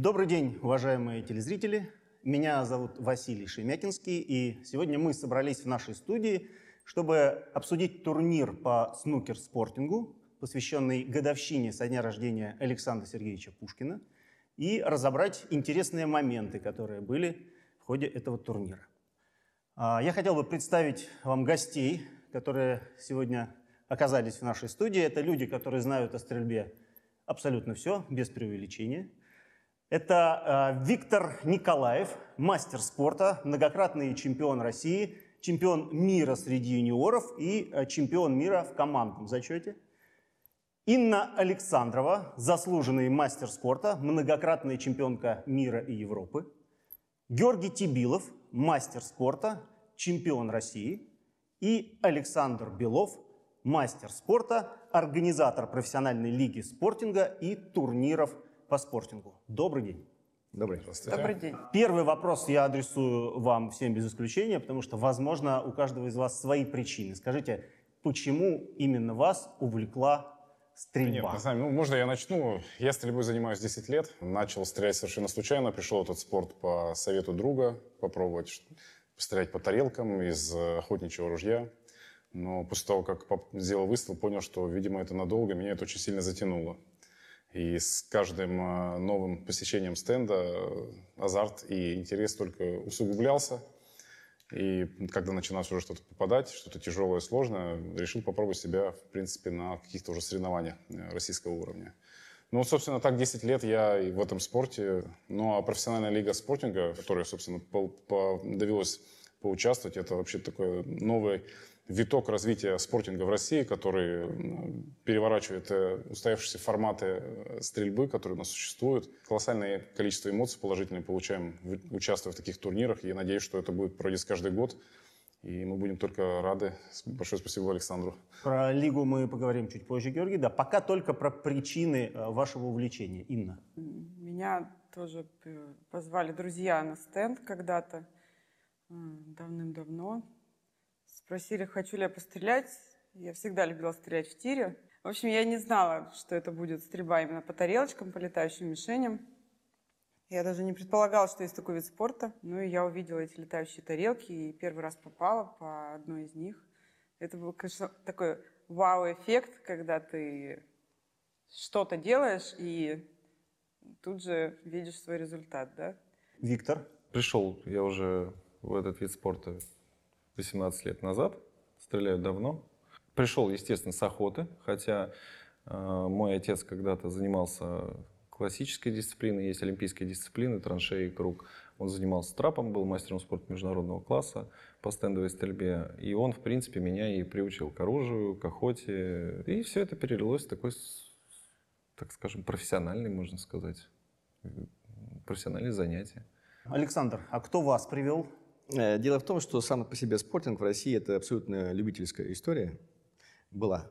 Добрый день, уважаемые телезрители. Меня зовут Василий Шемякинский, и сегодня мы собрались в нашей студии, чтобы обсудить турнир по снукер-спортингу, посвященный годовщине со дня рождения Александра Сергеевича Пушкина, и разобрать интересные моменты, которые были в ходе этого турнира. Я хотел бы представить вам гостей, которые сегодня оказались в нашей студии. Это люди, которые знают о стрельбе абсолютно все, без преувеличения. Это Виктор Николаев, мастер спорта, многократный чемпион России, чемпион мира среди юниоров и чемпион мира в командном зачете. Инна Александрова, заслуженный мастер спорта, многократная чемпионка мира и Европы. Георгий Тибилов, мастер спорта, чемпион России. И Александр Белов, мастер спорта, организатор профессиональной лиги спортинга и турниров по спортингу. Добрый день. Добрый день. Первый вопрос я адресую вам всем без исключения, потому что, возможно, у каждого из вас свои причины. Скажите, почему именно вас увлекла стрельба? Нет, можно я начну? Я стрельбой занимаюсь 10 лет. Начал стрелять совершенно случайно. Пришел в этот спорт по совету друга, попробовать стрелять по тарелкам из охотничьего ружья. Но после того, как сделал выстрел, понял, что, видимо, это надолго. Меня это очень сильно затянуло. И с каждым новым посещением стенда азарт и интерес только усугублялся. И когда начиналось уже что-то попадать, что-то тяжелое, сложное, решил попробовать себя, в принципе, на каких-то уже соревнованиях российского уровня. Ну, собственно, так 10 лет я и в этом спорте. Ну, а профессиональная лига спортинга, в которой, собственно, довелось поучаствовать, это вообще такой новый виток развития спортинга в России, который переворачивает устоявшиеся форматы стрельбы, которые у нас существуют. Колоссальное количество эмоций положительных получаем, участвуя в таких турнирах. Я надеюсь, что это будет проводиться каждый год. И мы будем только рады. Большое спасибо Александру. Про лигу мы поговорим чуть позже, Георгий. Да, пока только про причины вашего увлечения. Инна. Меня тоже позвали друзья на стенд когда-то, давным-давно. Спросили, хочу ли я пострелять. Я всегда любила стрелять в тире. В общем, я не знала, что это будет стрельба именно по тарелочкам, по летающим мишеням. Я даже не предполагала, что есть такой вид спорта. Ну и я увидела эти летающие тарелки и первый раз попала по одной из них. Это был, конечно, такой вау-эффект, когда ты что-то делаешь и тут же видишь свой результат, да? Виктор. Пришел я уже в этот вид спорта 18 лет назад, стреляю давно. Пришел, естественно, с охоты, хотя мой отец когда-то занимался классической дисциплиной, есть олимпийские дисциплины, траншеи и круг. Он занимался трапом, был мастером спорта международного класса по стендовой стрельбе. И он, в принципе, меня и приучил к оружию, к охоте. И все это перелилось в такой, так скажем, профессиональный, можно сказать, профессиональное занятие. Александр, а кто вас привел? Дело в том, что сам по себе спортинг в России – это абсолютно любительская история была.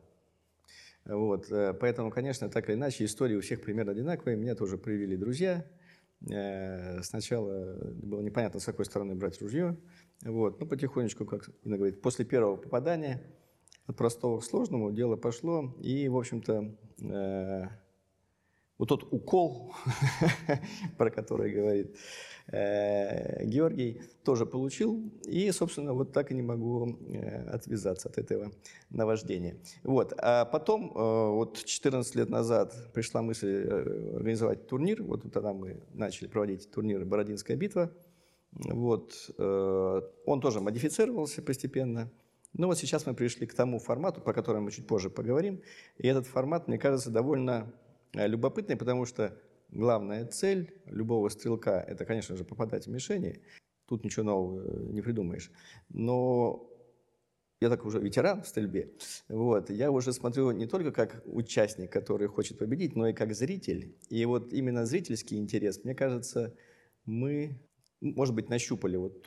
Вот. Поэтому, конечно, так или иначе, истории у всех примерно одинаковые. Меня тоже привели друзья. Сначала было непонятно, с какой стороны брать ружье. Вот. Но потихонечку, как Инна говорит, после первого попадания от простого к сложному дело пошло. И, в общем-то, вот тот укол, про который говорит Георгий, тоже получил. И, собственно, вот так и не могу отвязаться от этого наваждения. Вот. А потом, вот 14 лет назад пришла мысль организовать турнир. Вот тогда мы начали проводить турнир «Бородинская битва». Вот. Он тоже модифицировался постепенно. Но вот сейчас мы пришли к тому формату, про который мы чуть позже поговорим. И этот формат, мне кажется, довольно любопытный, потому что главная цель любого стрелка – это, конечно же, попадать в мишени. Тут ничего нового не придумаешь. Но я так уже ветеран в стрельбе. Вот. Я уже смотрю не только как участник, который хочет победить, но и как зритель. И вот именно зрительский интерес, мне кажется, мы, может быть, нащупали вот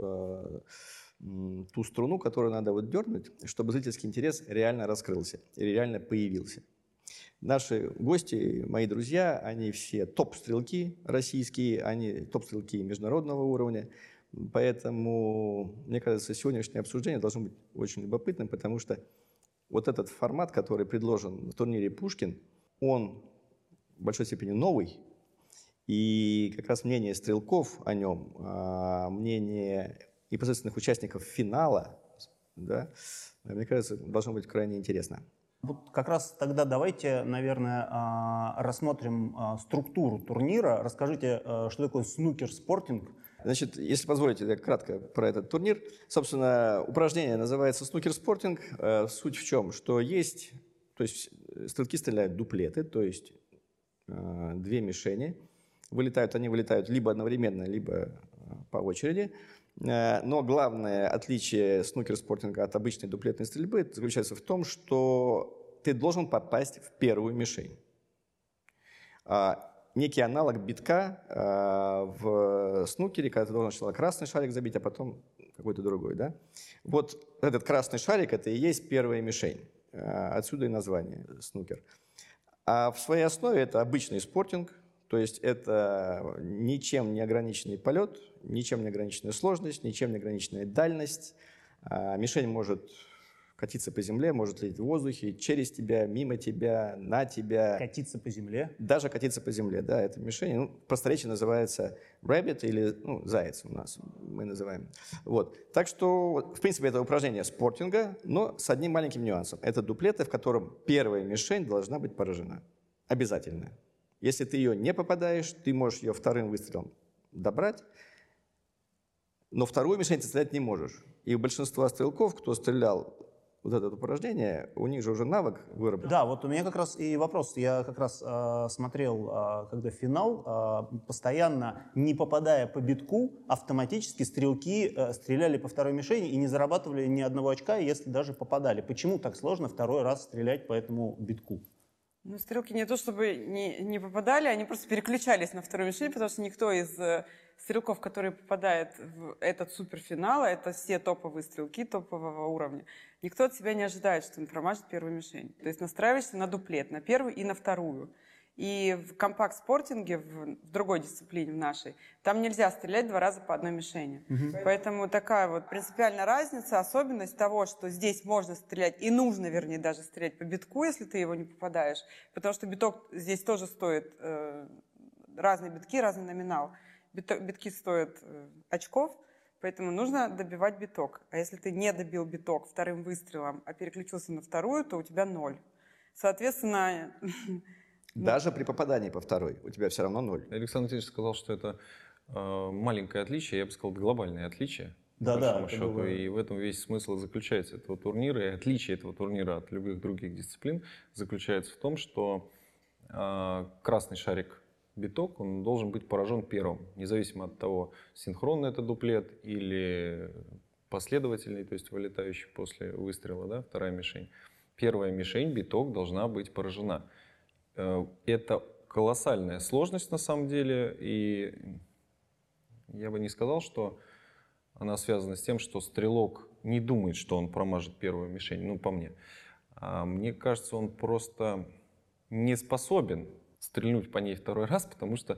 ту струну, которую надо вот дернуть, чтобы зрительский интерес реально раскрылся и реально появился. Наши гости, мои друзья, они все топ-стрелки российские, они топ-стрелки международного уровня. Поэтому, мне кажется, сегодняшнее обсуждение должно быть очень любопытным, потому что вот этот формат, который предложен в турнире «Пушкин», он в большой степени новый. И как раз мнение стрелков о нем, мнение непосредственных участников финала, да, мне кажется, должно быть крайне интересно. Вот как раз тогда давайте, наверное, рассмотрим структуру турнира. Расскажите, что такое снукер-спортинг. Значит, если позволите, я кратко про этот турнир. Собственно, упражнение называется снукер-спортинг. Суть в чем? Что есть, то есть стрелки стреляют дуплеты, то есть две мишени. Они вылетают либо одновременно, либо по очереди. Но главное отличие снукер-спортинга от обычной дуплетной стрельбы заключается в том, что ты должен попасть в первую мишень. Некий аналог битка в снукере, когда ты должен сначала красный шарик забить, а потом какой-то другой. Да? Вот этот красный шарик – это и есть первая мишень. Отсюда и название снукер. А в своей основе это обычный спортинг, то есть это ничем не ограниченный полет, ничем не ограниченная сложность, ничем не ограниченная дальность. Мишень может катиться по земле, может лететь в воздухе, через тебя, мимо тебя, на тебя. Катиться по земле. Даже катиться по земле, да, это мишень. В просторечии называется rabbit или заяц у нас мы называем. Вот. Так что, в принципе, это упражнение спортинга, но с одним маленьким нюансом. Это дуплеты, в котором первая мишень должна быть поражена. Обязательно. Если ты ее не попадаешь, ты можешь ее вторым выстрелом добрать, но вторую мишень ты стрелять не можешь. И у большинства стрелков, кто стрелял вот это упражнение, у них же уже навык выработан. Да, вот у меня как раз и вопрос. Я как раз смотрел, когда финал, постоянно, не попадая по битку, автоматически стрелки стреляли по второй мишени и не зарабатывали ни одного очка, если даже попадали. Почему так сложно второй раз стрелять по этому битку? Ну, стрелки не то чтобы не попадали, они просто переключались на вторую мишень, потому что никто из стрелков, которые попадают в этот суперфинал, это все топовые стрелки топового уровня, никто от себя не ожидает, что он промажет первую мишень. То есть настраиваешься на дуплет, на первую и на вторую. И в компакт-спортинге, в другой дисциплине, в нашей, там нельзя стрелять 2 раза по одной мишени. Поэтому такая вот принципиальная разница, особенность того, что здесь можно стрелять, и нужно, вернее, даже стрелять по битку, если ты его не попадаешь, потому что биток здесь тоже стоит, разные битки, разный номинал. Битки стоят очков, поэтому нужно добивать биток. А если ты не добил биток вторым выстрелом, а переключился на вторую, то у тебя 0. Соответственно... Даже при попадании по второй у тебя все равно 0. Александр Васильевич сказал, что это маленькое отличие, я бы сказал, глобальное отличие. Да, по большому счету. было... И в этом весь смысл заключается этого турнира. И отличие этого турнира от любых других дисциплин заключается в том, что красный шарик биток, он должен быть поражен первым, независимо от того, синхронный это дуплет или последовательный, то есть вылетающий после выстрела, да, вторая мишень. Первая мишень, биток, должна быть поражена. Это колоссальная сложность на самом деле, и я бы не сказал, что она связана с тем, что стрелок не думает, что он промажет первую мишень, ну, по мне. Мне кажется, он просто не способен стрельнуть по ней второй раз, потому что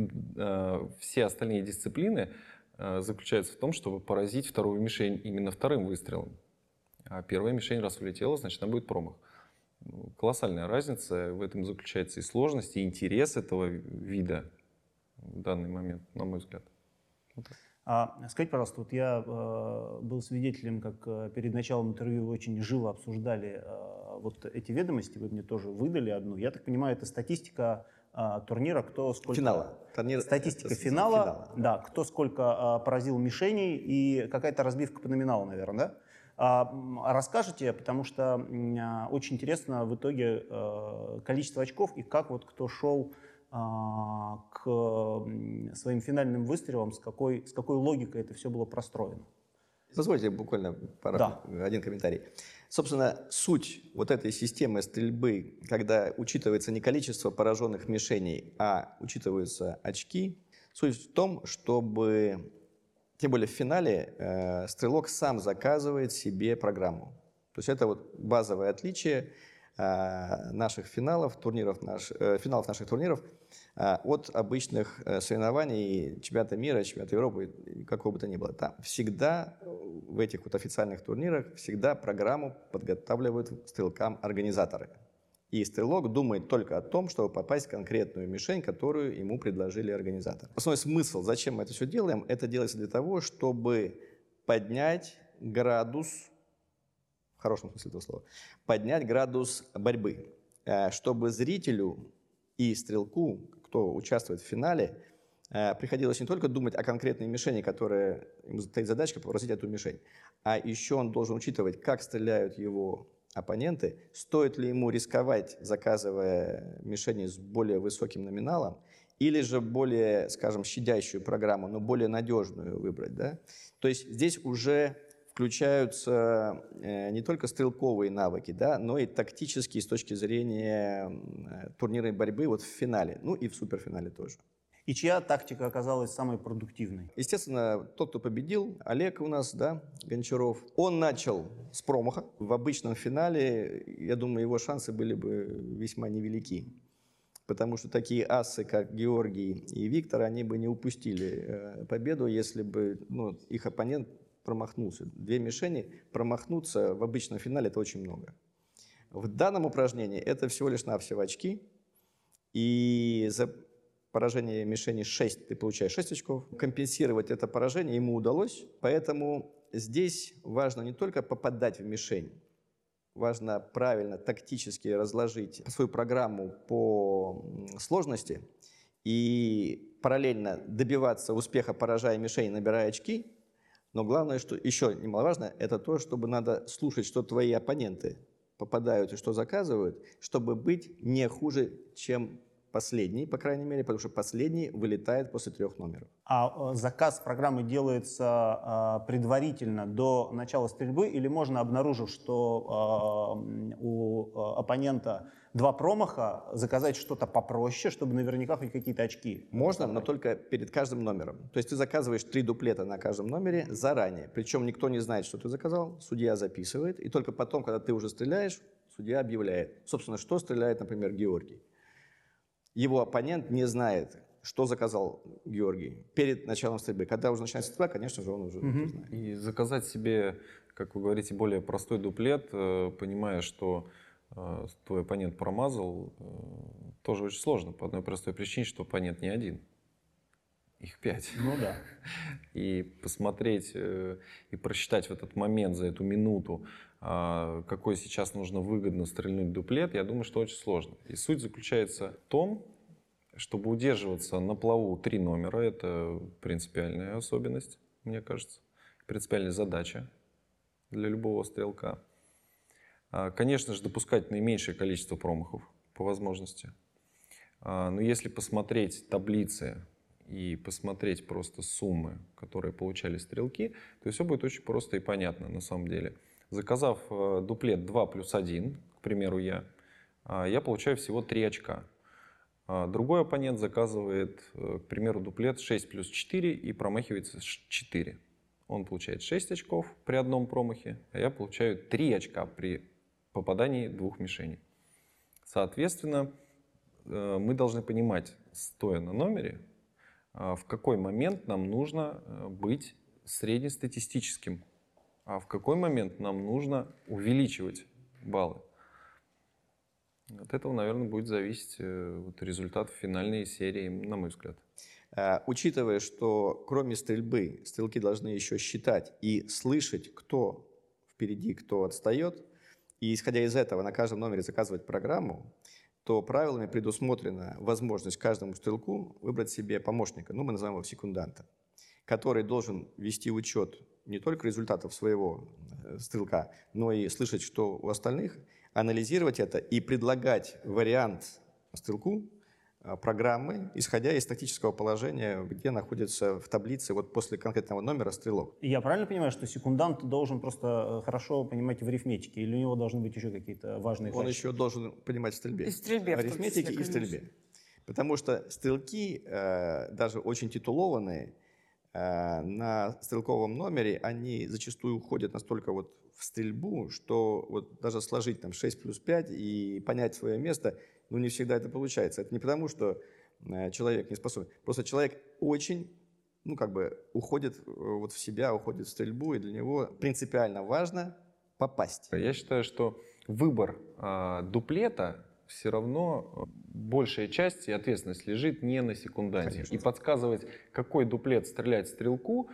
все остальные дисциплины заключаются в том, чтобы поразить вторую мишень именно вторым выстрелом. А первая мишень раз улетела, значит, она будет промах. Колоссальная разница, в этом заключается и сложность, и интерес этого вида в данный момент, на мой взгляд. Вот. Скажите, пожалуйста, вот я был свидетелем, как перед началом интервью вы очень живо обсуждали вот эти ведомости, вы мне тоже выдали одну. Я так понимаю, это статистика турнира, кто сколько... Финала. Статистика финала, да, кто сколько поразил мишеней и какая-то разбивка по номиналу, наверное, да? Расскажите, потому что очень интересно в итоге количество очков и как вот кто шел к своим финальным выстрелам, с какой логикой это все было простроено. Позвольте буквально один комментарий. Собственно, суть вот этой системы стрельбы, когда учитывается не количество пораженных мишеней, а учитываются очки, суть в том, чтобы... Тем более в финале стрелок сам заказывает себе программу. То есть это вот базовое отличие наших финалов наших турниров от обычных соревнований чемпионата мира, чемпионата Европы, какого бы то ни было. Там всегда в этих вот официальных турнирах всегда программу подготавливают стрелкам организаторы. И стрелок думает только о том, чтобы попасть в конкретную мишень, которую ему предложили организаторы. Основной смысл, зачем мы это все делаем, это делается для того, чтобы поднять градус, в хорошем смысле этого слова, поднять градус борьбы, чтобы зрителю и стрелку, кто участвует в финале, приходилось не только думать о конкретной мишени, которая ему стоит задачка поразить эту мишень, а еще он должен учитывать, как стреляют его оппоненты, стоит ли ему рисковать, заказывая мишени с более высоким номиналом, или же более, скажем, щадящую программу, но более надежную выбрать. Да? То есть здесь уже включаются не только стрелковые навыки, да, но и тактические с точки зрения турнирной борьбы вот в финале, ну и в суперфинале тоже. И чья тактика оказалась самой продуктивной? Естественно, тот, кто победил, Олег у нас, да, Гончаров, он начал с промаха. В обычном финале, я думаю, его шансы были бы весьма невелики. Потому что такие асы, как Георгий и Виктор, они бы не упустили победу, если бы их оппонент промахнулся. 2 мишени промахнуться в обычном финале – это очень много. В данном упражнении это всего лишь навсего очки. И за поражение мишени 6 ты получаешь 6 очков. Компенсировать это поражение ему удалось. Поэтому здесь важно не только попадать в мишень, важно правильно тактически разложить свою программу по сложности и параллельно добиваться успеха, поражая мишень, набирая очки. Но главное, что еще немаловажно, это то, чтобы надо слушать, что твои оппоненты попадают и что заказывают, чтобы быть не хуже, чем последний, по крайней мере, потому что последний вылетает после 3 номеров. А заказ программы делается предварительно до начала стрельбы, или можно, обнаружив, что у оппонента 2 промаха, заказать что-то попроще, чтобы наверняка хоть какие-то очки? Можно, но только перед каждым номером. То есть ты заказываешь 3 дуплета на каждом номере заранее. Причем никто не знает, что ты заказал, судья записывает. И только потом, когда ты уже стреляешь, судья объявляет. Собственно, что стреляет, например, Георгий. Его оппонент не знает, что заказал Георгий перед началом стрельбы. Когда уже начинается стрельба, конечно же, он уже это знает. И заказать себе, как вы говорите, более простой дуплет, понимая, что твой оппонент промазал, тоже очень сложно. По одной простой причине, что оппонент не один. Их 5. Ну да. И посмотреть и просчитать в этот момент, за эту минуту, какой сейчас нужно выгодно стрельнуть дуплет, я думаю, что очень сложно. И суть заключается в том, чтобы удерживаться на плаву 3 номера. Это принципиальная особенность, мне кажется. Принципиальная задача для любого стрелка. Конечно же, допускать наименьшее количество промахов по возможности. Но если посмотреть таблицы и посмотреть просто суммы, которые получали стрелки, то все будет очень просто и понятно на самом деле. Заказав дуплет 2 плюс 1, к примеру, я получаю всего 3 очка. Другой оппонент заказывает, к примеру, дуплет 6 плюс 4 и промахивается 4. Он получает 6 очков при одном промахе, а я получаю 3 очка при попадании 2 мишеней. Соответственно, мы должны понимать, стоя на номере, в какой момент нам нужно быть среднестатистическим, а в какой момент нам нужно увеличивать баллы. От этого, наверное, будет зависеть результат финальной серии, на мой взгляд. Учитывая, что кроме стрельбы стрелки должны еще считать и слышать, кто впереди, кто отстает, и исходя из этого на каждом номере заказывать программу, то правилами предусмотрена возможность каждому стрелку выбрать себе помощника, мы называем его секунданта, который должен вести учет не только результатов своего стрелка, но и слышать, что у остальных, анализировать это и предлагать вариант стрелку программы, исходя из тактического положения, где находится в таблице вот после конкретного номера стрелок. И я правильно понимаю, что секундант должен просто хорошо понимать в арифметике, или у него должны быть еще какие-то важные Он качества? еще должен понимать в стрельбе. И в стрельбе, в том арифметике числе, и в стрельбе. конечно. Потому что стрелки, даже очень титулованные, на стрелковом номере, они зачастую уходят настолько вот в стрельбу, что вот даже сложить там 6 плюс 5 и понять свое место, не всегда это получается. Это не потому, что человек не способен. Просто человек очень, уходит вот в себя, уходит в стрельбу, и для него принципиально важно попасть. Я считаю, что выбор дуплета все равно большая часть и ответственность лежит не на секунданте. Конечно. И подсказывать, какой дуплет стрелять стрелку,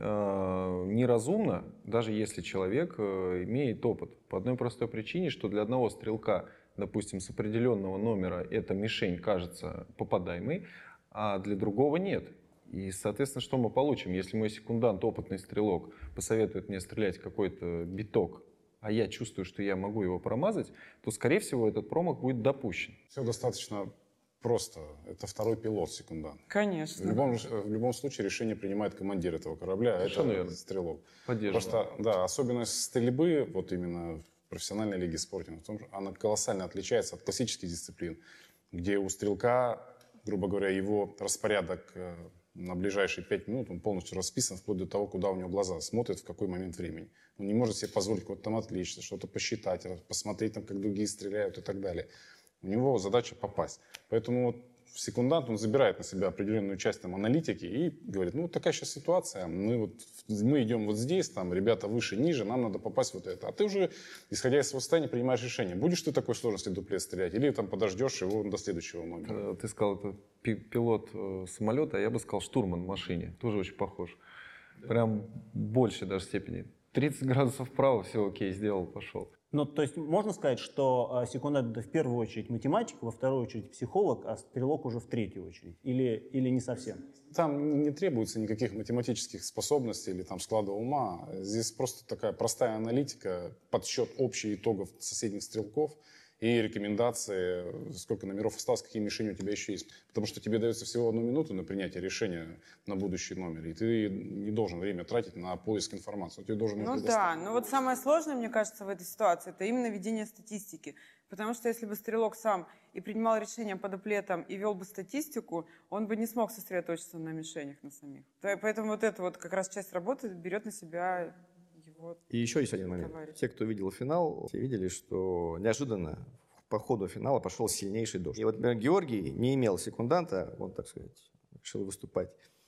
неразумно, даже если человек имеет опыт. По одной простой причине, что для одного стрелка, допустим, с определенного номера эта мишень кажется попадаемой, а для другого нет. И, соответственно, что мы получим? Если мой секундант, опытный стрелок, посоветует мне стрелять какой-то биток, а я чувствую, что я могу его промазать, то, скорее всего, этот промах будет допущен. Все достаточно просто. Это второй пилот, секундант. В Конечно. любом случае решение принимает командир этого корабля, а Совершенно это верно. стрелок. Поддерживаю. Просто, да, особенность стрельбы, вот именно в профессиональной лиге спортинга, в том, что она колоссально отличается от классических дисциплин, где у стрелка, грубо говоря, его распорядок на ближайшие 5 минут, он полностью расписан, вплоть до того, куда у него глаза смотрят, в какой момент времени. Он не может себе позволить куда-то там отвлечься, что-то посчитать, посмотреть, там, как другие стреляют и так далее. У него задача попасть. Поэтому вот секундант, он забирает на себя определенную часть там, аналитики и говорит, ну, вот такая сейчас ситуация, мы идем вот здесь, там, ребята выше, ниже, нам надо попасть вот это. А ты уже, исходя из своего состояния, принимаешь решение, будешь ты такой сложности дуплет стрелять, или там подождешь его до следующего номера. Ты сказал, это пилот самолета, а я бы сказал штурман в машине. Тоже очень похож. Прям больше даже степени. 30 градусов вправо, все окей, сделал, пошел. Ну, то есть можно сказать, что секундант это в первую очередь математик, во вторую очередь психолог, а стрелок уже в третью очередь? Или не совсем? Там не требуется никаких математических способностей или там склада ума. Здесь просто такая простая аналитика, подсчет общих итогов соседних стрелков и рекомендации, сколько номеров осталось, какие мишени у тебя еще есть. Потому что тебе дается всего 1 минуту на принятие решения на будущий номер, и ты не должен время тратить на поиск информации. Ты должен Ну да, но вот самое сложное, мне кажется, в этой ситуации, это именно ведение статистики. Потому что если бы стрелок сам и принимал решения по дуплетам и вел бы статистику, он бы не смог сосредоточиться на мишенях на самих. Поэтому вот эта вот как раз часть работы берет на себя его И еще есть один момент. товарищ. Те, кто видел финал, все видели, что неожиданно по ходу финала пошел сильнейший дождь. И вот, например, Георгий не имел секунданта, он, так сказать, решил выступать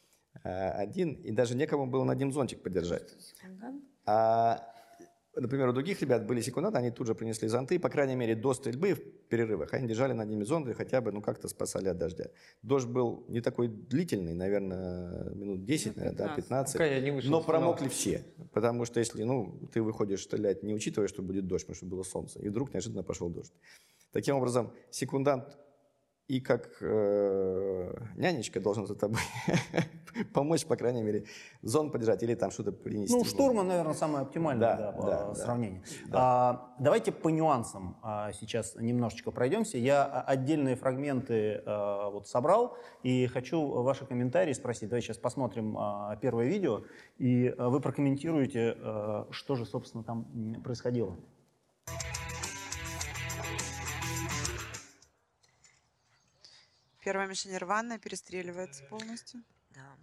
один, и даже некому было над ним зонтик подержать. А, например, у других ребят были секунданты, они тут же принесли зонты, по крайней мере, до стрельбы в перерывах они держали над ними зонты и хотя бы как-то спасали от дождя. Дождь был не такой длительный, наверное, минут 10, наверное, да, 15. Пока я не вышел Но в финал. промокли все. Потому что если ты выходишь стрелять, не учитывая, что будет дождь, потому что было солнце, и вдруг неожиданно пошел дождь. Таким образом, секундант и как нянечка должен за тобой помочь, по крайней мере, зон подержать или там что-то принести. Ну, штурман, наверное, самое оптимальное по сравнению. Давайте по нюансам сейчас немножечко пройдемся. Я отдельные фрагменты вот собрал и хочу ваши комментарии спросить. Давайте сейчас посмотрим первое видео, и вы прокомментируете, что же, собственно, там происходило. Первая мишень рваная, перестреливается полностью. Да.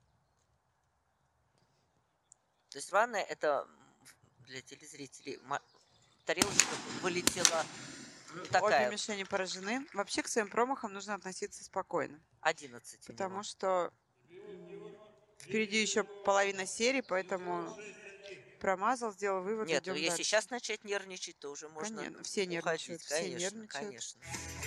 То есть рваная это для телезрителей тарелочка вылетела такая. Обе мишени поражены. Вообще к своим промахам нужно относиться спокойно. 11. Потому что впереди еще половина серии, поэтому промазал, сделал вывод, Нет, идем если дальше. сейчас начать нервничать, то уже можно Конечно, все нервничают, уходить. все Конечно, нервничают. конечно.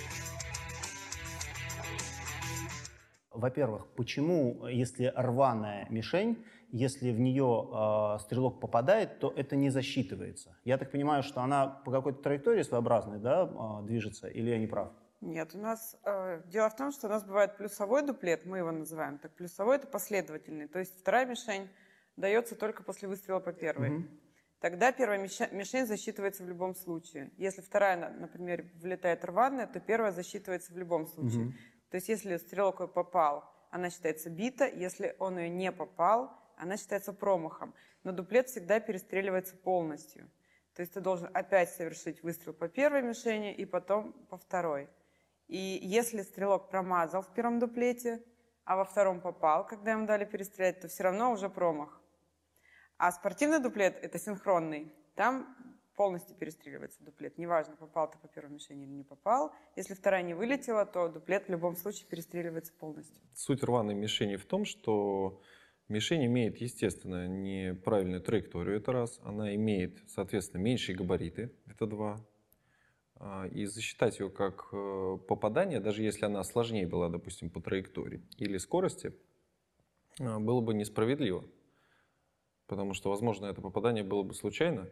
Во-первых, почему, если рваная мишень, если в нее стрелок попадает, то это не засчитывается? Я так понимаю, что она по какой-то траектории своеобразной, да, движется, или я не прав? Нет, у нас дело в том, что у нас бывает плюсовой дуплет, мы его называем так. Плюсовой это последовательный, то есть вторая мишень дается только после выстрела по первой. Тогда первая мишень засчитывается в любом случае. Если вторая, например, влетает рваная, то первая засчитывается в любом случае. То есть если стрелок ее попал, она считается бита, если он ее не попал, она считается промахом. Но дуплет всегда перестреливается полностью. То есть ты должен опять совершить выстрел по первой мишени и потом по второй. И если стрелок промазал в первом дуплете, а во втором попал, когда ему дали перестрелять, то все равно уже промах. А спортивный дуплет – это синхронный. Там полностью перестреливается дуплет. Неважно, попал ты по первой мишени или не попал. Если вторая не вылетела, то дуплет в любом случае перестреливается полностью. Суть рваной мишени в том, что мишень имеет, естественно, неправильную траекторию, это раз. Она имеет, соответственно, меньшие габариты, это два. и засчитать ее как попадание, даже если она сложнее была, допустим, по траектории или скорости, было бы несправедливо. Потому что, возможно, это попадание было бы случайно,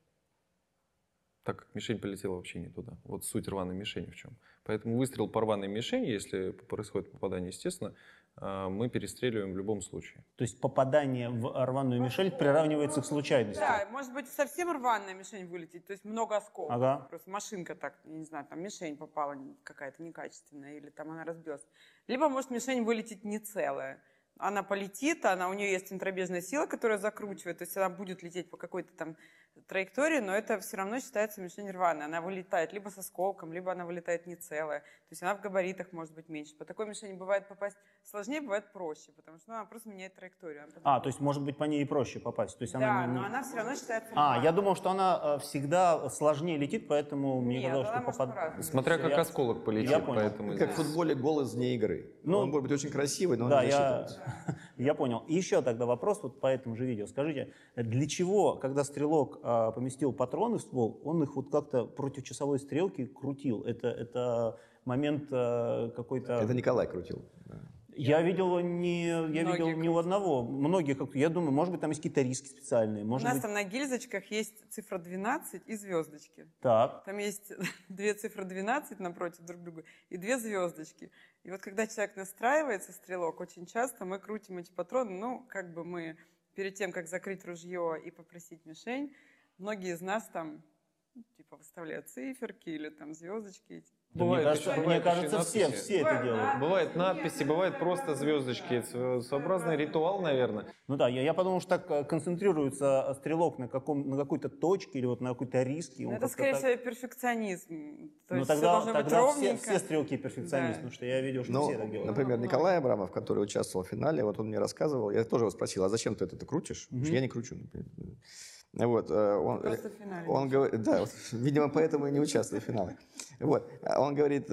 так как мишень полетела вообще не туда. Вот суть рваной мишени в чем. Поэтому выстрел по рваной мишени, если происходит попадание, естественно, мы перестреливаем в любом случае. То есть попадание в рваную мишень приравнивается к случайности. Да, может быть, совсем рваная мишень вылететь, то есть много осколков. Ага. Просто машинка так, я не знаю, там мишень попала какая-то некачественная, или там она разбилась. Либо может мишень вылететь не целая. Она полетит, у нее есть центробежная сила, которая закручивает, то есть она будет лететь по какой-то там траектории, но это все равно считается мишень рваная. Она вылетает либо с осколком, либо она вылетает не целая. То есть она в габаритах может быть меньше. По такой мишени бывает попасть сложнее, бывает проще, потому что она просто меняет траекторию. То есть может быть по ней и проще попасть. То есть Да, она но она все равно считается я рваной. думал, что она всегда сложнее летит, поэтому мне Нет, казалось, она что может по-разному. Смотря как Я- осколок полетит. я понял. Поэтому Как в здесь- футболе гол вне игры. Ну, Он может быть очень красивый, но он Да, не я засчитывается. понял. И еще тогда вопрос вот по этому же видео. Скажите, для чего, когда стрелок поместил патроны в ствол, он их вот как-то против часовой стрелки крутил? Это момент какой-то... Это Николай крутил. Я видел не у одного. Многие, я думаю, может быть, там есть какие-то риски специальные. У Может нас быть, там на гильзочках есть цифра 12 и звездочки. так. Там есть две цифры 12 напротив друг друга и две звездочки. И вот когда человек настраивается, стрелок, очень часто мы крутим эти патроны, мы перед тем, как закрыть ружье и попросить мишень, многие из нас там выставляют циферки или там звездочки эти. Да, мне кажется, еще все это делают. Бывают надписи, бывают просто звездочки. Это своеобразный ритуал, наверное. Ну да, я подумал, что так концентрируется стрелок на какой-то точке или вот на какой-то риске. Ну, он это, как-то скорее так- всего, перфекционизм. То Ну есть всё тогда, должно быть тогда ровненько. все стрелки перфекционисты, Да. потому что я видел, что Ну, все так делают. например, Николай Абрамов, который участвовал в финале, вот он мне рассказывал, я тоже его спросил, а зачем ты это крутишь? Потому что я не кручу. Например. Вот, Просто в финале. он говорит, да, вот, видимо, поэтому и не участвую в финале. Вот, он говорит,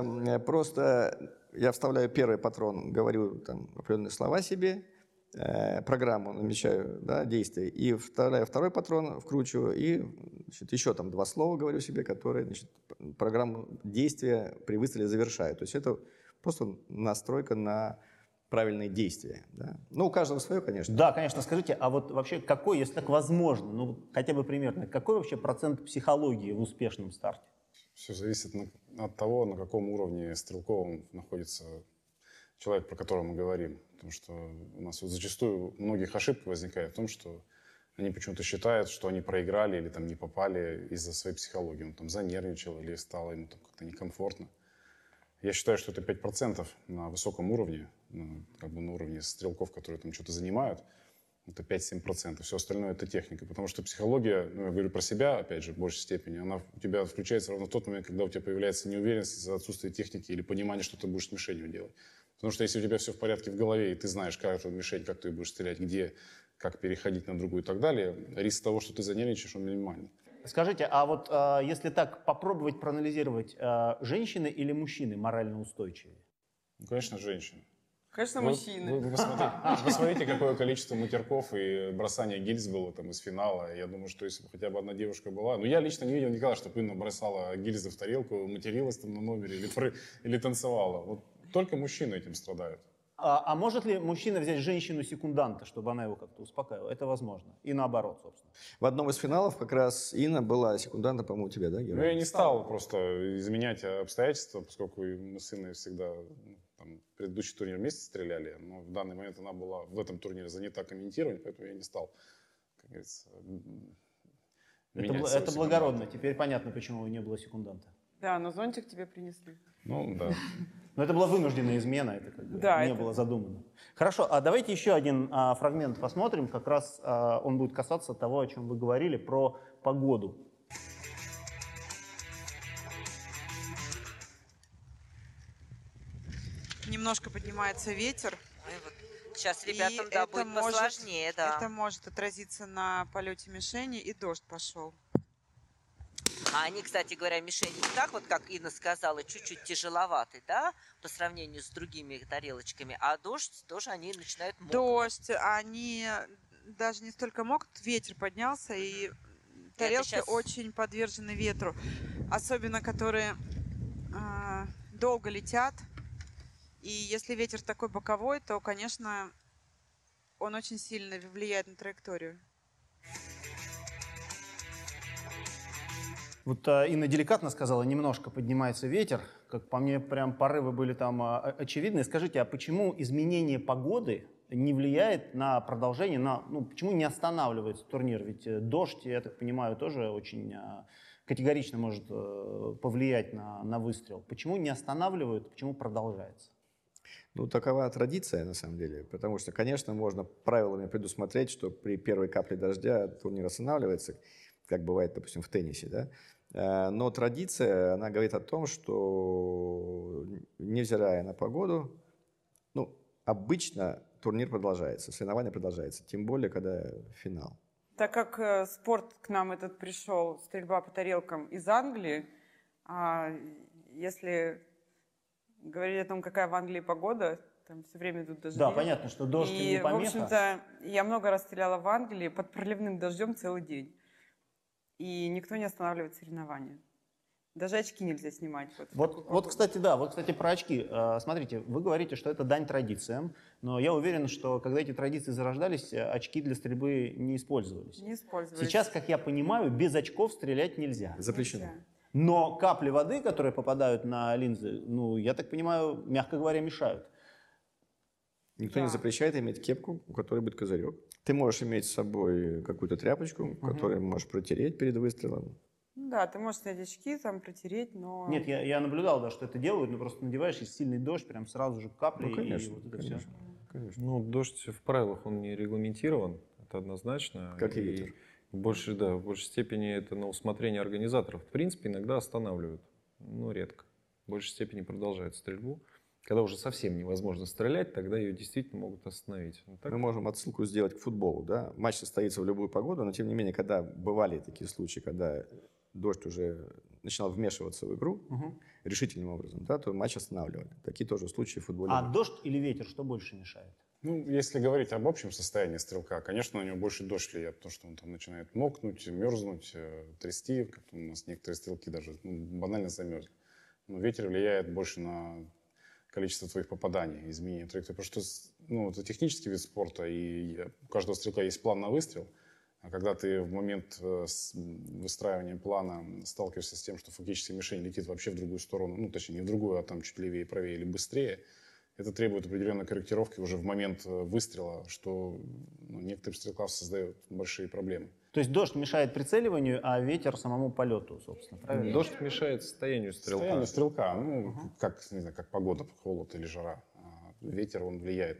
просто я вставляю первый патрон, говорю там определенные слова себе, программу намечаю, да, действия, и вставляю второй патрон, вкручиваю, и еще там 2 слова говорю себе, которые, программу действия при выстреле завершаю. То есть это просто настройка на правильные действия. Да? Ну, у каждого свое, конечно. Да, конечно. Скажите, а вот вообще какой, если так возможно, ну хотя бы примерно, какой вообще процент психологии в успешном старте? Все зависит от того, на каком уровне стрелковом находится человек, про которого мы говорим. Потому что у нас вот зачастую у многих ошибка возникает в том, что они почему-то считают, что они проиграли или там не попали из-за своей психологии. Он там занервничал или стало ему там как-то некомфортно. Я считаю, что это 5% на высоком уровне, на уровне стрелков, которые там что-то занимают. Это 5-7%. Все остальное это техника. Потому что психология, я говорю про себя, опять же, в большей степени, она у тебя включается ровно в тот момент, когда у тебя появляется неуверенность из-за отсутствия техники или понимания, что ты будешь с мишенью делать. Потому что если у тебя все в порядке в голове, и ты знаешь, как эту мишень, как ты будешь стрелять, где, как переходить на другую и так далее, риск того, что ты занервничаешь, он минимальный. Скажите, а вот если так попробовать проанализировать, женщины или мужчины морально устойчивее? Ну, конечно, женщины. Конечно, Вы мужчины. посмотрите, какое количество матерков и бросания гильз было там из финала. Я думаю, что если бы хотя бы одна девушка была... Ну, я лично не видел никогда, чтобы Инна бросала гильзы в тарелку, материлась там на номере или танцевала. Вот только мужчины этим страдают. А может ли мужчина взять женщину-секунданта, чтобы она его как-то успокаивала? Это возможно. И наоборот, собственно. В одном из финалов как раз Инна была секундантом, по-моему, у тебя, да, Гера? Но я не стал просто изменять обстоятельства, поскольку мы с Инной всегда там, предыдущий турнир вместе стреляли, но в данный момент она была в этом турнире занята комментированием, поэтому я не стал, как говорится, менять своего Это благородно. секунданта. Теперь понятно, почему не было секунданта. Да, но зонтик тебе принесли. Ну, да. Но это была вынужденная измена, это как бы Да, не это- было задумано. Хорошо, а давайте еще один фрагмент посмотрим. Как раз он будет касаться того, о чем вы говорили, про погоду. Немножко поднимается ветер. Ой, вот сейчас и ребятам, да, это будет может- посложнее, да. Это может отразиться на полете мишени, и дождь пошел. А они, кстати говоря, мишени не так вот, как Инна сказала, чуть-чуть тяжеловатый, да, по сравнению с другими тарелочками. А дождь тоже они начинают мокнуть. Дождь, они даже не столько могут, ветер поднялся, и тарелки щас- очень подвержены ветру, особенно которые долго летят. И если ветер такой боковой, то, конечно, он очень сильно влияет на траекторию. Вот Инна деликатно сказала, немножко поднимается ветер. Как по мне, прям порывы были там очевидны. Скажите, а почему изменение погоды не влияет на продолжение, почему не останавливается турнир? Ведь дождь, я так понимаю, тоже очень категорично может повлиять на выстрел. Почему не останавливают, почему продолжается? Ну, такова традиция, на самом деле, потому что, конечно, можно правилами предусмотреть, что при первой капле дождя турнир останавливается, как бывает, допустим, в теннисе, да? Но традиция, она говорит о том, что, невзирая на погоду, обычно турнир продолжается, соревнование продолжается, тем более, когда финал. Так как спорт к нам этот пришел, стрельба по тарелкам из Англии, если говорить о том, какая в Англии погода, там все время идут дожди. Да, понятно, что дождь не помеха. В общем-то, я много раз стреляла в Англии под проливным дождем целый день. И никто не останавливает соревнования. Даже очки нельзя снимать. Кстати, про очки. Смотрите, вы говорите, что это дань традициям, но я уверен, что когда эти традиции зарождались, очки для стрельбы не использовались. Не использовались. Сейчас, как я понимаю, без очков стрелять нельзя. Запрещено. Нельзя. Но капли воды, которые попадают на линзы, я так понимаю, мягко говоря, мешают. Никто не запрещает иметь кепку, у которой будет козырек. Ты можешь иметь с собой какую-то тряпочку, которую можешь протереть перед выстрелом. Да, ты можешь снять очки, там протереть, но... Нет, я наблюдал, да, что это делают, но просто надеваешь, и сильный дождь, прям сразу же капли, Ну, конечно, и вот это конечно. все. Конечно. Ну, дождь в правилах, он не регламентирован, это однозначно. Как и ветер. В большей степени это на усмотрение организаторов. В принципе, иногда останавливают, но редко. В большей степени продолжают стрельбу. Когда уже совсем невозможно стрелять, тогда ее действительно могут остановить. Но так... Мы можем отсылку сделать к футболу. Да? Матч состоится в любую погоду, но тем не менее, когда бывали такие случаи, когда дождь уже начинал вмешиваться в игру решительным образом, да, то матч останавливали. Такие тоже случаи в футболе. А дождь или ветер, что больше мешает? Если говорить об общем состоянии стрелка, конечно, на него больше дождь влияет, потому что он там начинает мокнуть, мерзнуть, трясти, как у нас некоторые стрелки даже банально замерзли. Но ветер влияет больше на количество твоих попаданий, изменение траектории. Потому что это технический вид спорта, и у каждого стрелка есть план на выстрел. А когда ты в момент выстраивания плана сталкиваешься с тем, что фактически мишень летит вообще в другую сторону, точнее не в другую, а там чуть левее, правее или быстрее, это требует определенной корректировки уже в момент выстрела, что некоторым стрелкам создает большие проблемы. То есть дождь мешает прицеливанию, а ветер самому полету, собственно, правильно? Дождь мешает состоянию стрелка. Состояние стрелка, как погода, холод или жара. Ветер, он влияет.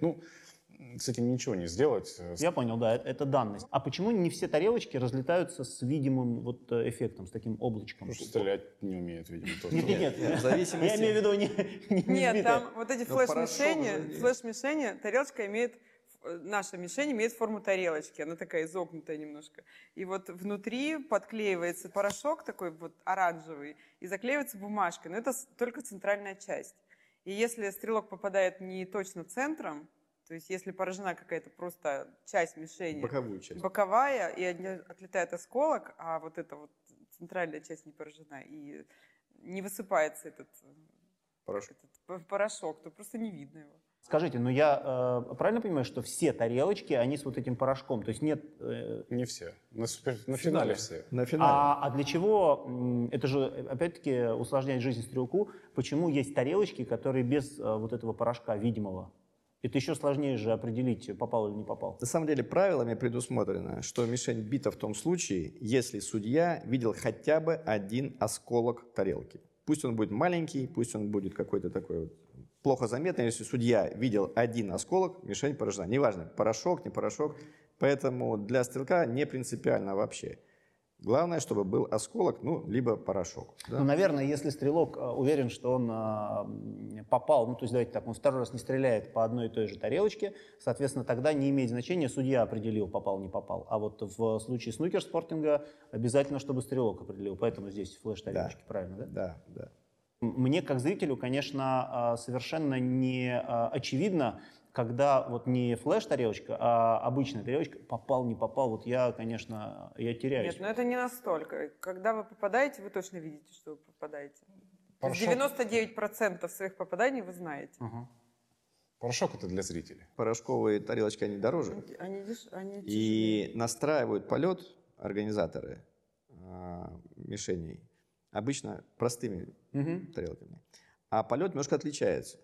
С этим ничего не сделать. Я понял, да, это данность. А почему не все тарелочки разлетаются с видимым эффектом, с таким облачком? Потому что стрелять не умеет, видимо, тоже. Нет, В зависимости- я имею в виду не Нет, сбитое. там вот эти Но порошок флеш-мишени, уже флеш-мишени, тарелочка имеет, наша мишень имеет форму тарелочки, она такая изогнутая немножко. И вот внутри подклеивается порошок такой вот оранжевый и заклеивается бумажкой, но это только центральная часть. И если стрелок попадает не точно центром, то есть если поражена какая-то просто часть мишени, Боковую часть. боковая, и отлетает осколок, а вот эта вот центральная часть не поражена, и не высыпается этот порошок, то просто не видно его. Скажите, я правильно понимаю, что все тарелочки, они с вот этим порошком? То есть нет... Не все. На финале все. На финале. А для чего, это же опять-таки усложняет жизнь стрелку, почему есть тарелочки, которые без вот этого порошка видимого? Это еще сложнее же определить, попал или не попал. На самом деле правилами предусмотрено, что мишень бита в том случае, если судья видел хотя бы один осколок тарелки. Пусть он будет маленький, пусть он будет какой-то такой вот плохо заметный. Если судья видел один осколок, мишень поражена. Неважно, порошок, не порошок. Поэтому для стрелка не принципиально вообще. Главное, чтобы был осколок, либо порошок. Да? Наверное, если стрелок уверен, что он попал, то есть давайте так, он второй раз не стреляет по одной и той же тарелочке, соответственно, тогда не имеет значения, судья определил, попал, не попал. А вот в случае снукер-спортинга обязательно, чтобы стрелок определил. Поэтому здесь флеш-тарелочки, правильно, да? Да. Мне, как зрителю, конечно, совершенно не очевидно, когда вот не флеш-тарелочка, а обычная тарелочка, попал, не попал, вот я, конечно, я теряюсь. Нет, но это не настолько. Когда вы попадаете, вы точно видите, что вы попадаете. То есть Порошок. 99% своих попаданий вы знаете. Ага. Порошок это для зрителей. Порошковые тарелочки, они дороже. Они И настраивают полет организаторы мишеней обычно простыми тарелками. А полет немножко отличается.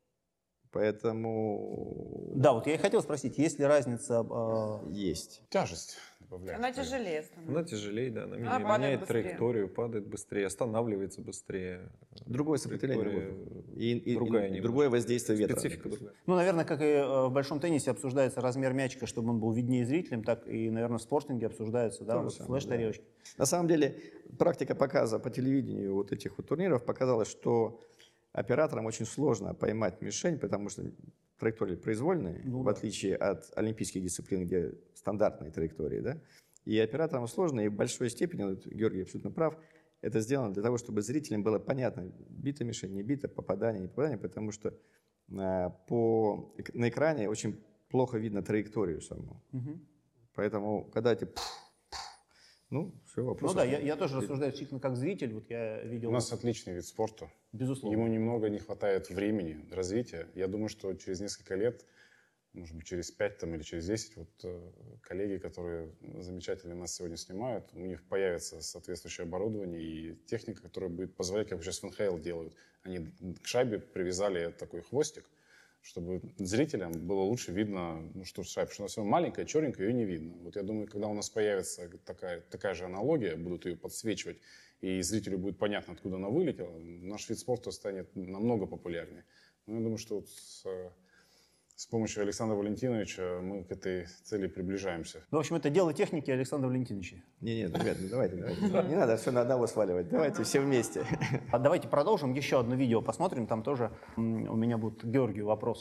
Поэтому Да, вот я и хотел спросить, есть ли разница... есть. Тяжесть добавляет. Она тяжелее становится. Она тяжелее, да, она Она падает меняет быстрее. траекторию, падает быстрее, останавливается быстрее. Другое сопротивление Траектория воздуха. И другая и немножко. другое воздействие ветра. Специфика другая. Ну, наверное, как и в большом теннисе обсуждается размер мячика, чтобы он был виднее зрителям, так и, наверное, в спортинге обсуждается, да, То же вот самое, флеш-тарелочки. На самом деле, практика показа по телевидению вот этих вот турниров показала, что операторам очень сложно поймать мишень, потому что траектории произвольные, Ну в да. отличие от олимпийских дисциплин, где стандартные траектории, да. И операторам сложно, и в большой степени, вот Георгий абсолютно прав, это сделано для того, чтобы зрителям было понятно, бита мишень, не бита, попадание, не попадание, потому что на экране очень плохо видно траекторию саму. Поэтому, когда эти... Ну, все, вопрос. Ну да, я тоже рассуждаю исключительно как зритель, вот я видел... У нас отличный вид спорта. Безусловно. Ему немного не хватает времени, развития. Я думаю, что через несколько лет, может быть, через 5 или через 10, вот коллеги, которые замечательно нас сегодня снимают, у них появится соответствующее оборудование и техника, которая будет позволять, как сейчас в НХЛ делают. Они к шайбе привязали такой хвостик, чтобы зрителям было лучше видно, ну что шайба, что она все маленькая, черненькая, ее не видно. Вот я думаю, когда у нас появится такая же аналогия, будут ее подсвечивать, и зрителю будет понятно, откуда она вылетела, наш вид спорта станет намного популярнее. Но я думаю, что вот с помощью Александра Валентиновича мы к этой цели приближаемся. Ну, в общем, это дело техники Александра Валентиновича. Не, ребят, ну давайте. Не надо все на одного сваливать. Давайте все вместе. А давайте продолжим, еще одно видео посмотрим, там тоже у меня будет к Георгию вопрос.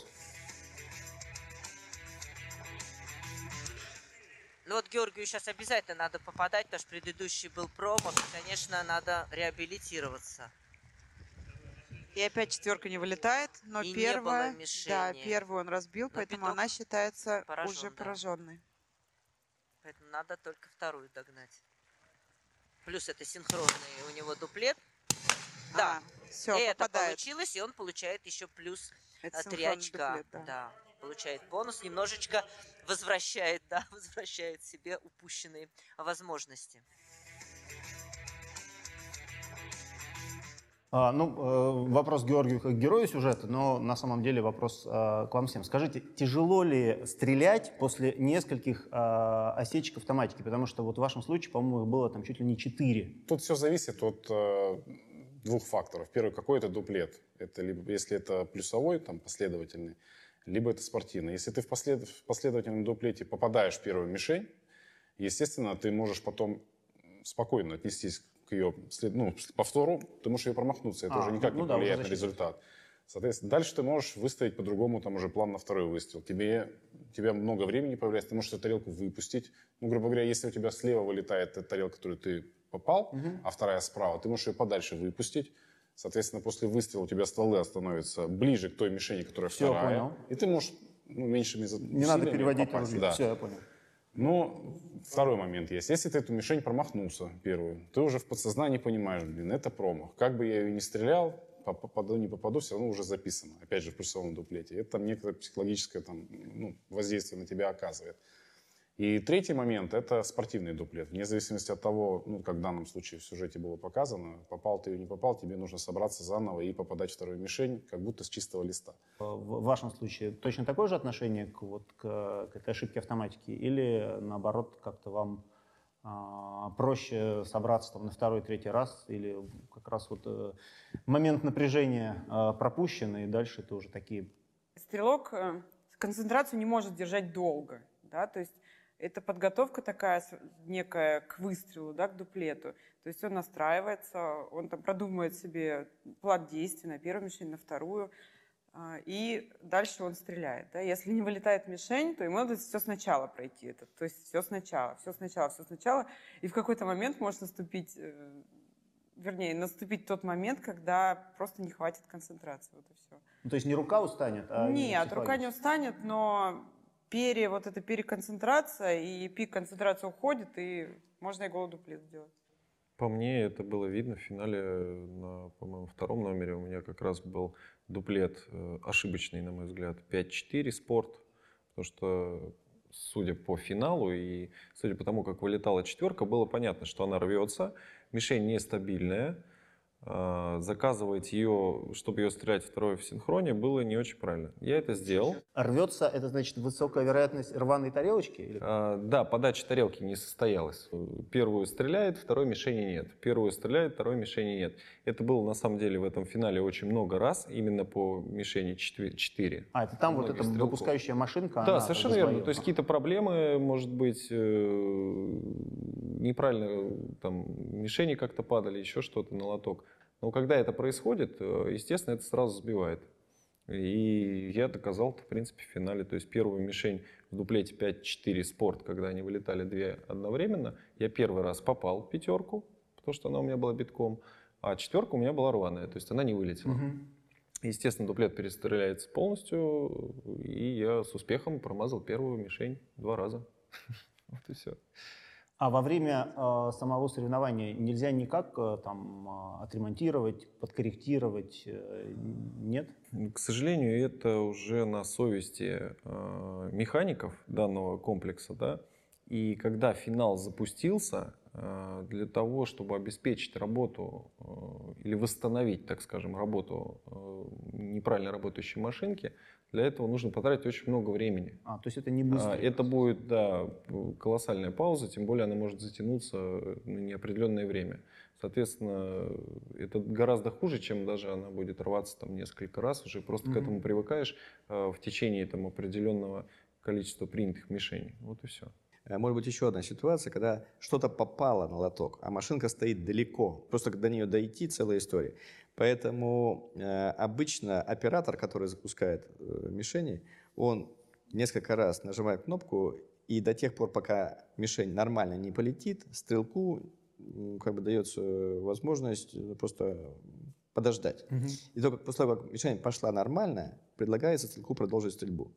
Ну вот Георгию сейчас обязательно надо попадать, потому что предыдущий был промах. И, конечно, надо реабилитироваться. И опять четверка не вылетает, но И не первая, было мишени. да, первую он разбил, Но поэтому пяток она считается поражен, уже да. пораженной. Поэтому надо только вторую догнать. Плюс это синхронный у него дуплет. Да, все, это попадает. получилось, и он получает еще плюс Это 3 синхронный очка. дуплет, Да, получает бонус, немножечко возвращает себе упущенные возможности. Вопрос Георгию как герою сюжета, но на самом деле вопрос к вам всем. Скажите, тяжело ли стрелять после нескольких осечек автоматики? Потому что вот в вашем случае, по-моему, их было там чуть ли не 4. Тут все зависит от двух факторов. Первый, какой это дуплет. Это либо, если это плюсовой, там, последовательный, либо это спортивный. Если ты в последовательном дуплете попадаешь в первую мишень, естественно, ты можешь потом спокойно отнестись к ее повтору, ты можешь ее промахнуться. Это уже никак не повлияет на результат. Соответственно, дальше ты можешь выставить по-другому там уже план на второй выстрел. Тебе много времени появляется, ты можешь эту тарелку выпустить. Ну, грубо говоря, если у тебя слева вылетает та тарелка, которую ты попал, а вторая справа, ты можешь ее подальше выпустить. Соответственно, после выстрела у тебя стволы становятся ближе к той мишени, которая Всё, вторая. понял. И ты можешь меньшими Не надо переводить попасть. ружье. Да. Все, я понял. Но второй момент есть. Если ты эту мишень промахнулся первую, ты уже в подсознании понимаешь, это промах. Как бы я ее ни стрелял, попаду, не попаду, все равно уже записано. Опять же, в плюсовом дуплете. Это там некоторое психологическое воздействие на тебя оказывает. И третий момент – это спортивный дуплет. Вне зависимости от того, как в данном случае в сюжете было показано, попал ты или не попал, тебе нужно собраться заново и попадать в вторую мишень, как будто с чистого листа. В вашем случае точно такое же отношение к этой ошибке автоматики? Или, наоборот, как-то вам проще собраться там, на второй, третий раз? Или как раз момент напряжения пропущен, и дальше это уже такие... Стрелок концентрацию не может держать долго, да, то есть это подготовка такая некая к выстрелу, да, к дуплету. То есть он настраивается, он там продумывает себе план действий на первую мишень, на вторую, и дальше он стреляет. Да. Если не вылетает мишень, то ему надо все сначала пройти. То есть все сначала. И в какой-то момент может наступить вернее, наступить тот момент, когда просто не хватит концентрации. Вот и все. Ну, то есть не рука устанет, а Нет, именно рука не устанет, но вот эта переконцентрация, и пик концентрации уходит, и можно и голодуплет сделать. По мне это было видно в финале на, по-моему, втором номере. У меня как раз был дуплет ошибочный, на мой взгляд, 5-4 спорт. Потому что, судя по финалу и судя по тому, как вылетала четверка, было понятно, что она рвется. Мишень нестабильная. Заказывать ее, чтобы ее стрелять второй в синхроне, было не очень правильно. Я это сделал. Рвется, это значит высокая вероятность рваной тарелочки? Или... Да, подача тарелки не состоялась. Первую стреляет, второй мишени нет. Первую стреляет, второй мишени нет. Это было на самом деле в этом финале очень много раз, именно по мишени 4. А, это там вот эта выпускающая машинка? Да, совершенно верно. То есть какие-то проблемы, может быть, неправильно там мишени как-то падали, еще что-то на лоток. Но когда это происходит, естественно, это сразу сбивает. И я доказал это, в принципе, в финале. То есть первую мишень в дуплете 5-4 спорт, когда они вылетали две одновременно, я первый раз попал в пятерку, потому что она у меня была битком, а четверка у меня была рваная, то есть она не вылетела. Естественно, дуплет перестреляется полностью, и я с успехом промазал первую мишень 2 раза. Вот и все. А во время самого соревнования нельзя никак там отремонтировать, подкорректировать? Нет? К сожалению, это уже на совести механиков данного комплекса, да. И когда финал запустился, для того, чтобы обеспечить работу или восстановить, так скажем, работу неправильно работающей машинки, для этого нужно потратить очень много времени. То есть это не быстро? Это будет, да, колоссальная пауза, тем более она может затянуться на неопределенное время. Соответственно, это гораздо хуже, чем даже она будет рваться там несколько раз. Уже просто к этому привыкаешь в течение там определенного количества принятых мишеней. Вот и все. Может быть, еще одна ситуация, когда что-то попало на лоток, а машинка стоит далеко. Просто до нее дойти — целая история. Поэтому обычно оператор, который запускает мишени, он несколько раз нажимает кнопку, и до тех пор, пока мишень нормально не полетит, стрелку как бы дается возможность просто подождать. И только после того, как мишень пошла нормально, предлагается стрелку продолжить стрельбу.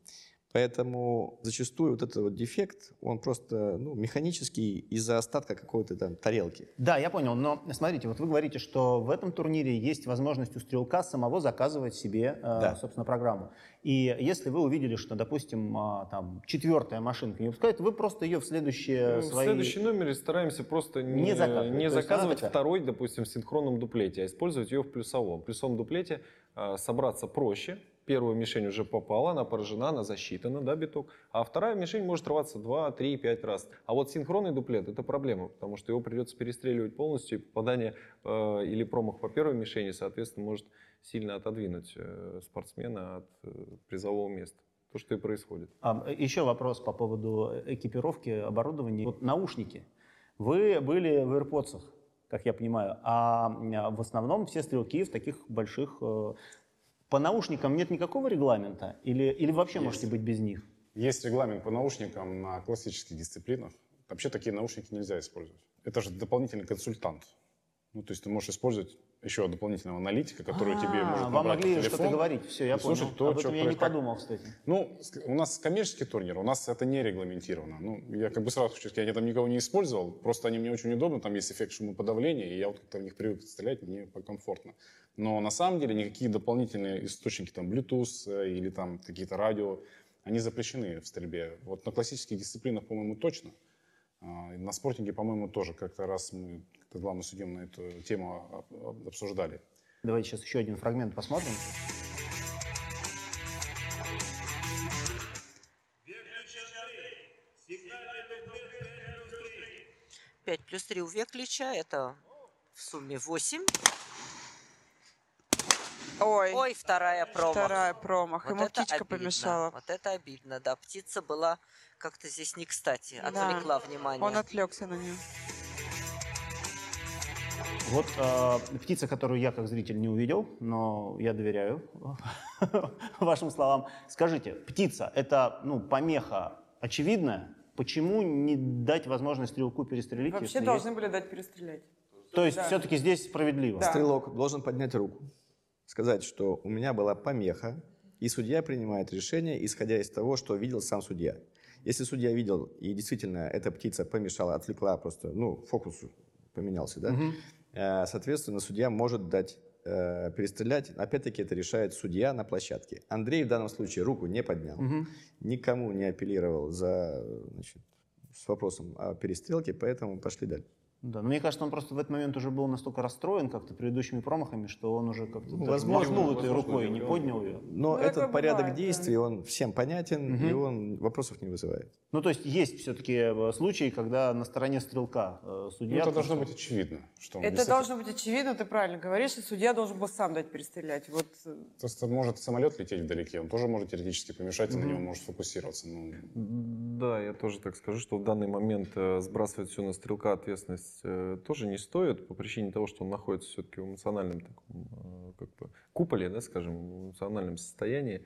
Поэтому зачастую вот этот вот дефект, он просто механический из-за остатка какой-то там тарелки. Да, я понял, но смотрите, вот вы говорите, что в этом турнире есть возможность у стрелка самого заказывать себе, собственно, программу. И если вы увидели, что, допустим, там 4-я машинка не выпускает, вы просто ее в следующие В следующем номере стараемся просто не заказывать второй, допустим, в синхронном дуплете, а использовать ее в плюсовом. В плюсовом дуплете собраться проще. Первая мишень уже попала, она поражена, она засчитана, да, биток. А вторая мишень может рваться 2, 3, 5 раз. А вот синхронный дуплет — это проблема, потому что его придется перестреливать полностью, и попадание или промах по первой мишени, соответственно, может сильно отодвинуть спортсмена от призового места. То, что и происходит. Еще вопрос по поводу экипировки, оборудования. Вот наушники. Вы были в AirPods, как я понимаю, а в основном все стрелки в таких больших... По наушникам нет никакого регламента? Или вообще можете быть без них? Есть регламент по наушникам на классических дисциплинах. Вообще такие наушники нельзя использовать. Это же дополнительный консультант. Ну, то есть ты можешь использовать еще дополнительного аналитика, который тебе может вам набрать могли телефон. что-то говорить, все, я понял. Слушать то, об этом я не подумал, кстати. Ну, у нас коммерческий турнир, у нас это не регламентировано. Ну, я как бы сразу хочу сказать, я там никого не использовал, просто они мне очень удобны, там есть эффект шумоподавления, и я вот как-то в них привык стрелять, мне комфортно. Но на самом деле никакие дополнительные источники, там, Bluetooth или там какие-то радио, они запрещены в стрельбе. Вот на классических дисциплинах, по-моему, точно. На спортинге, по-моему, тоже как-то раз мы с главным судьем на эту тему обсуждали. Давайте сейчас еще один фрагмент посмотрим. Пять плюс 3 у Веклича, это в сумме 8. Ой, вторая промах. Вторая промах. Вот Ему это птичка обидно. помешала. Вот это обидно, да. Птица была как-то здесь не кстати, отвлекла внимание. Он отвлекся на нее. Вот птица, которую я как зритель не увидел, но я доверяю вашим словам. Скажите, птица — это помеха очевидная? Почему не дать возможность стрелку перестрелить? Вообще должны были дать перестрелять. То есть Да. все-таки здесь справедливо. Да. Стрелок должен поднять руку, сказать, что у меня была помеха, и судья принимает решение, исходя из того, что видел сам судья. Если судья видел, и действительно эта птица помешала, отвлекла просто, фокус поменялся, да, соответственно, судья может дать перестрелять. Опять-таки это решает судья на площадке. Андрей в данном случае руку не поднял, никому не апеллировал с вопросом о перестрелке, поэтому пошли дальше. Да, но мне кажется, он просто в этот момент уже был настолько расстроен как-то предыдущими промахами, что он уже как-то даже возможно, махнул этой рукой и не он- поднял ее. Но такое этот порядок бывает, да. действий, он всем понятен, и он вопросов не вызывает. Ну, то есть есть все-таки случаи, когда на стороне стрелка Ну, судья... это должно быть очевидно. Что он Это действительно- должно быть очевидно, ты правильно говоришь, и судья должен был сам дать перестрелять. Вот Просто может самолет лететь вдалеке, он тоже может теоретически помешать, и на него может фокусироваться. Ну, Да, я тоже так скажу, что в данный момент сбрасывать все на стрелка ответственность тоже не стоит, по причине того, что он находится все-таки в эмоциональном таком, куполе, да, скажем, в эмоциональном состоянии.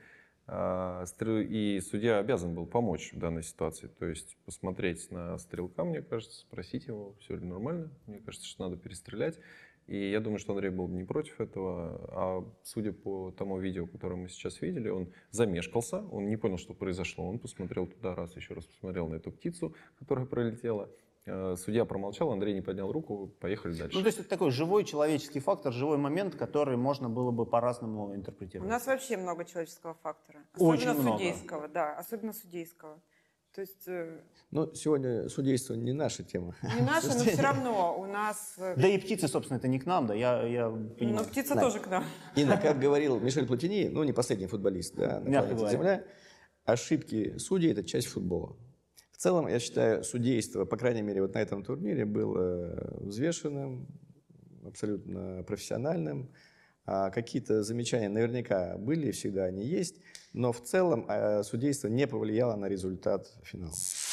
И судья обязан был помочь в данной ситуации. То есть посмотреть на стрелка, мне кажется, спросить его, все ли нормально. Мне кажется, что надо перестрелять. И я думаю, что Андрей был не против этого. А судя по тому видео, которое мы сейчас видели, он замешкался, он не понял, что произошло. Он посмотрел туда раз, еще раз посмотрел на эту птицу, которая пролетела. Судья промолчал, Андрей не поднял руку, поехали дальше. Ну, то есть это такой живой человеческий фактор, живой момент, который можно было бы по-разному у интерпретировать. нас вообще много человеческого фактора. Очень Особенно много. судейского, да, особенно судейского. То есть Но сегодня судейство не наша тема. не наше, но все равно у нас... Да и птицы, собственно, это не к нам, да, я Но понимаю. птица Да. тоже к нам. Инна, как говорил Мишель Платини, не последний футболист, да, на Мягко планете говоря. Земля, ошибки судей – это часть футбола. В целом, я считаю, судейство, по крайней мере, вот на этом турнире было взвешенным, абсолютно профессиональным. Какие-то замечания наверняка были, всегда они есть, но в целом судейство не повлияло на результат финала.